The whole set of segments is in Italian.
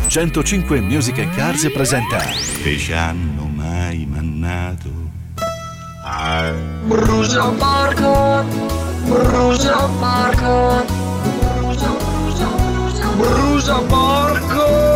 105 Music and Cars presenta Che ci hanno mai mannato Brusa Porco, Brusa Porco, Brusa Porco.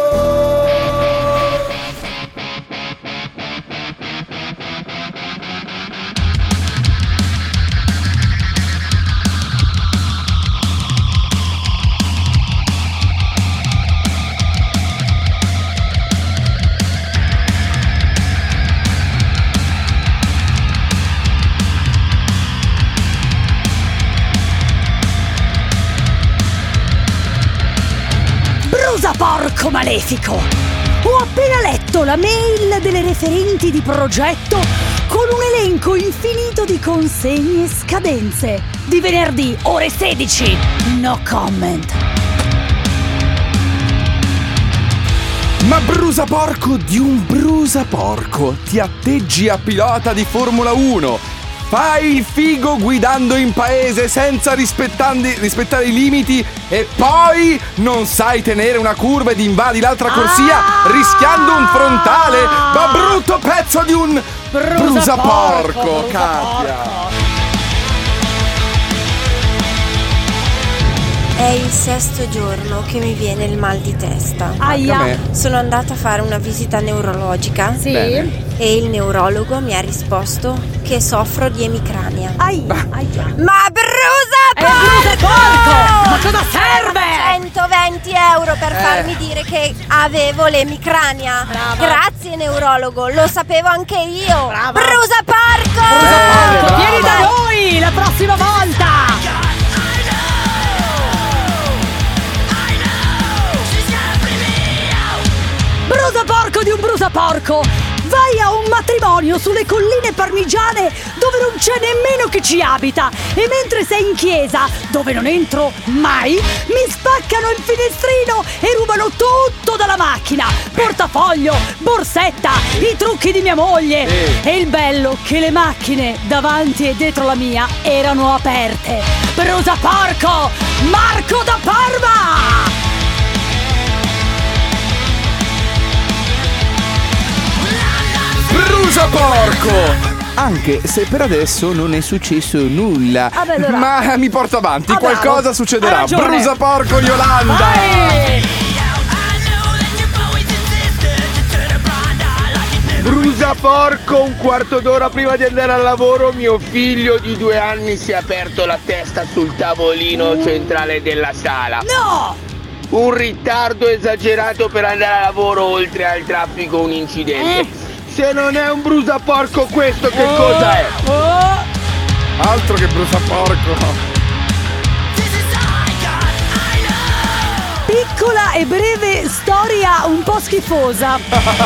Brusa Porco malefico! Ho appena letto la mail delle referenti di progetto con un elenco infinito di consegne e scadenze. Di venerdì, ore 16. No comment. Ma Brusa Porco di un Brusa Porco, ti atteggi a pilota di Formula 1, fai il figo guidando in paese senza rispettare i limiti e poi non sai tenere una curva ed invadi l'altra corsia rischiando un frontale. Ma brutto pezzo di un Brusa Porco, Katia. È il 6° giorno che mi viene il mal di testa. Aia. Sono andata a fare una visita neurologica. Sì. Bene. E il neurologo mi ha risposto che soffro di emicrania. Aia. Ma Brusa Brusa Porco! Ma cosa serve? 120 euro per farmi dire che avevo l'emicrania. Brava. Grazie neurologo, lo sapevo anche io. Brava. Brusa Porco! Brusa Porco, brava. vieni da noi la prossima volta! Brusa Porco di un Brusa Porco! Vai a un matrimonio sulle colline parmigiane dove non c'è nemmeno chi ci abita e mentre sei in chiesa, dove non entro mai, mi spaccano il finestrino e rubano tutto dalla macchina: portafoglio, borsetta, i trucchi di mia moglie. E il bello che le macchine davanti e dietro la mia erano aperte. Brusa Porco! Marco da Parma! Brusa Porco! Anche se per adesso non è successo nulla. Vabbè, allora. Ma mi porto avanti, Ah, qualcosa bravo. succederà. Hai ragione. Brusa Porco Yolanda! Vai! Brusa Porco, un quarto d'ora prima di andare al lavoro mio figlio di 2 anni si è aperto la testa sul tavolino centrale della sala. No! Un ritardo esagerato per andare al lavoro, oltre al traffico un incidente. Se non è un Brusa Porco questo che cosa è? Oh! Altro che Brusa Porco! Piccola e breve storia un po' schifosa.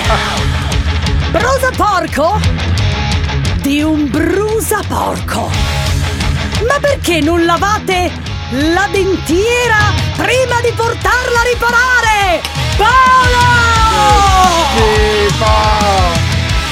Brusa Porco di un Brusa Porco. Ma perché non lavate la dentiera prima di portarla a riparare? Paolo! Schifo!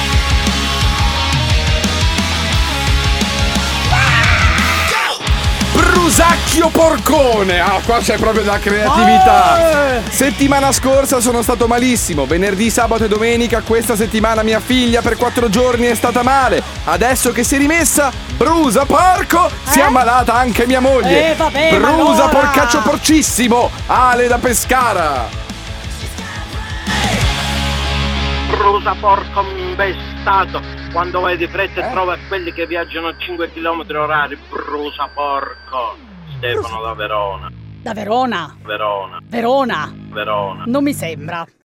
Brusacchio Porcone! Ah, qua c'è proprio della creatività! Settimana scorsa sono stato malissimo. Venerdì, sabato e domenica. Questa settimana mia figlia per 4 giorni è stata male. Adesso che si è rimessa, Brusa Porco, si è ammalata anche mia moglie. Vabbè, ma Brusa allora! Porcaccio Porcissimo! Ale da Pescara! Brusa Porco imbestato, quando vai di fretta e trova quelli che viaggiano a 5 km orari. Brusa Porco. Stefano da Verona. Da Verona? Verona. Verona? Verona. Non mi sembra.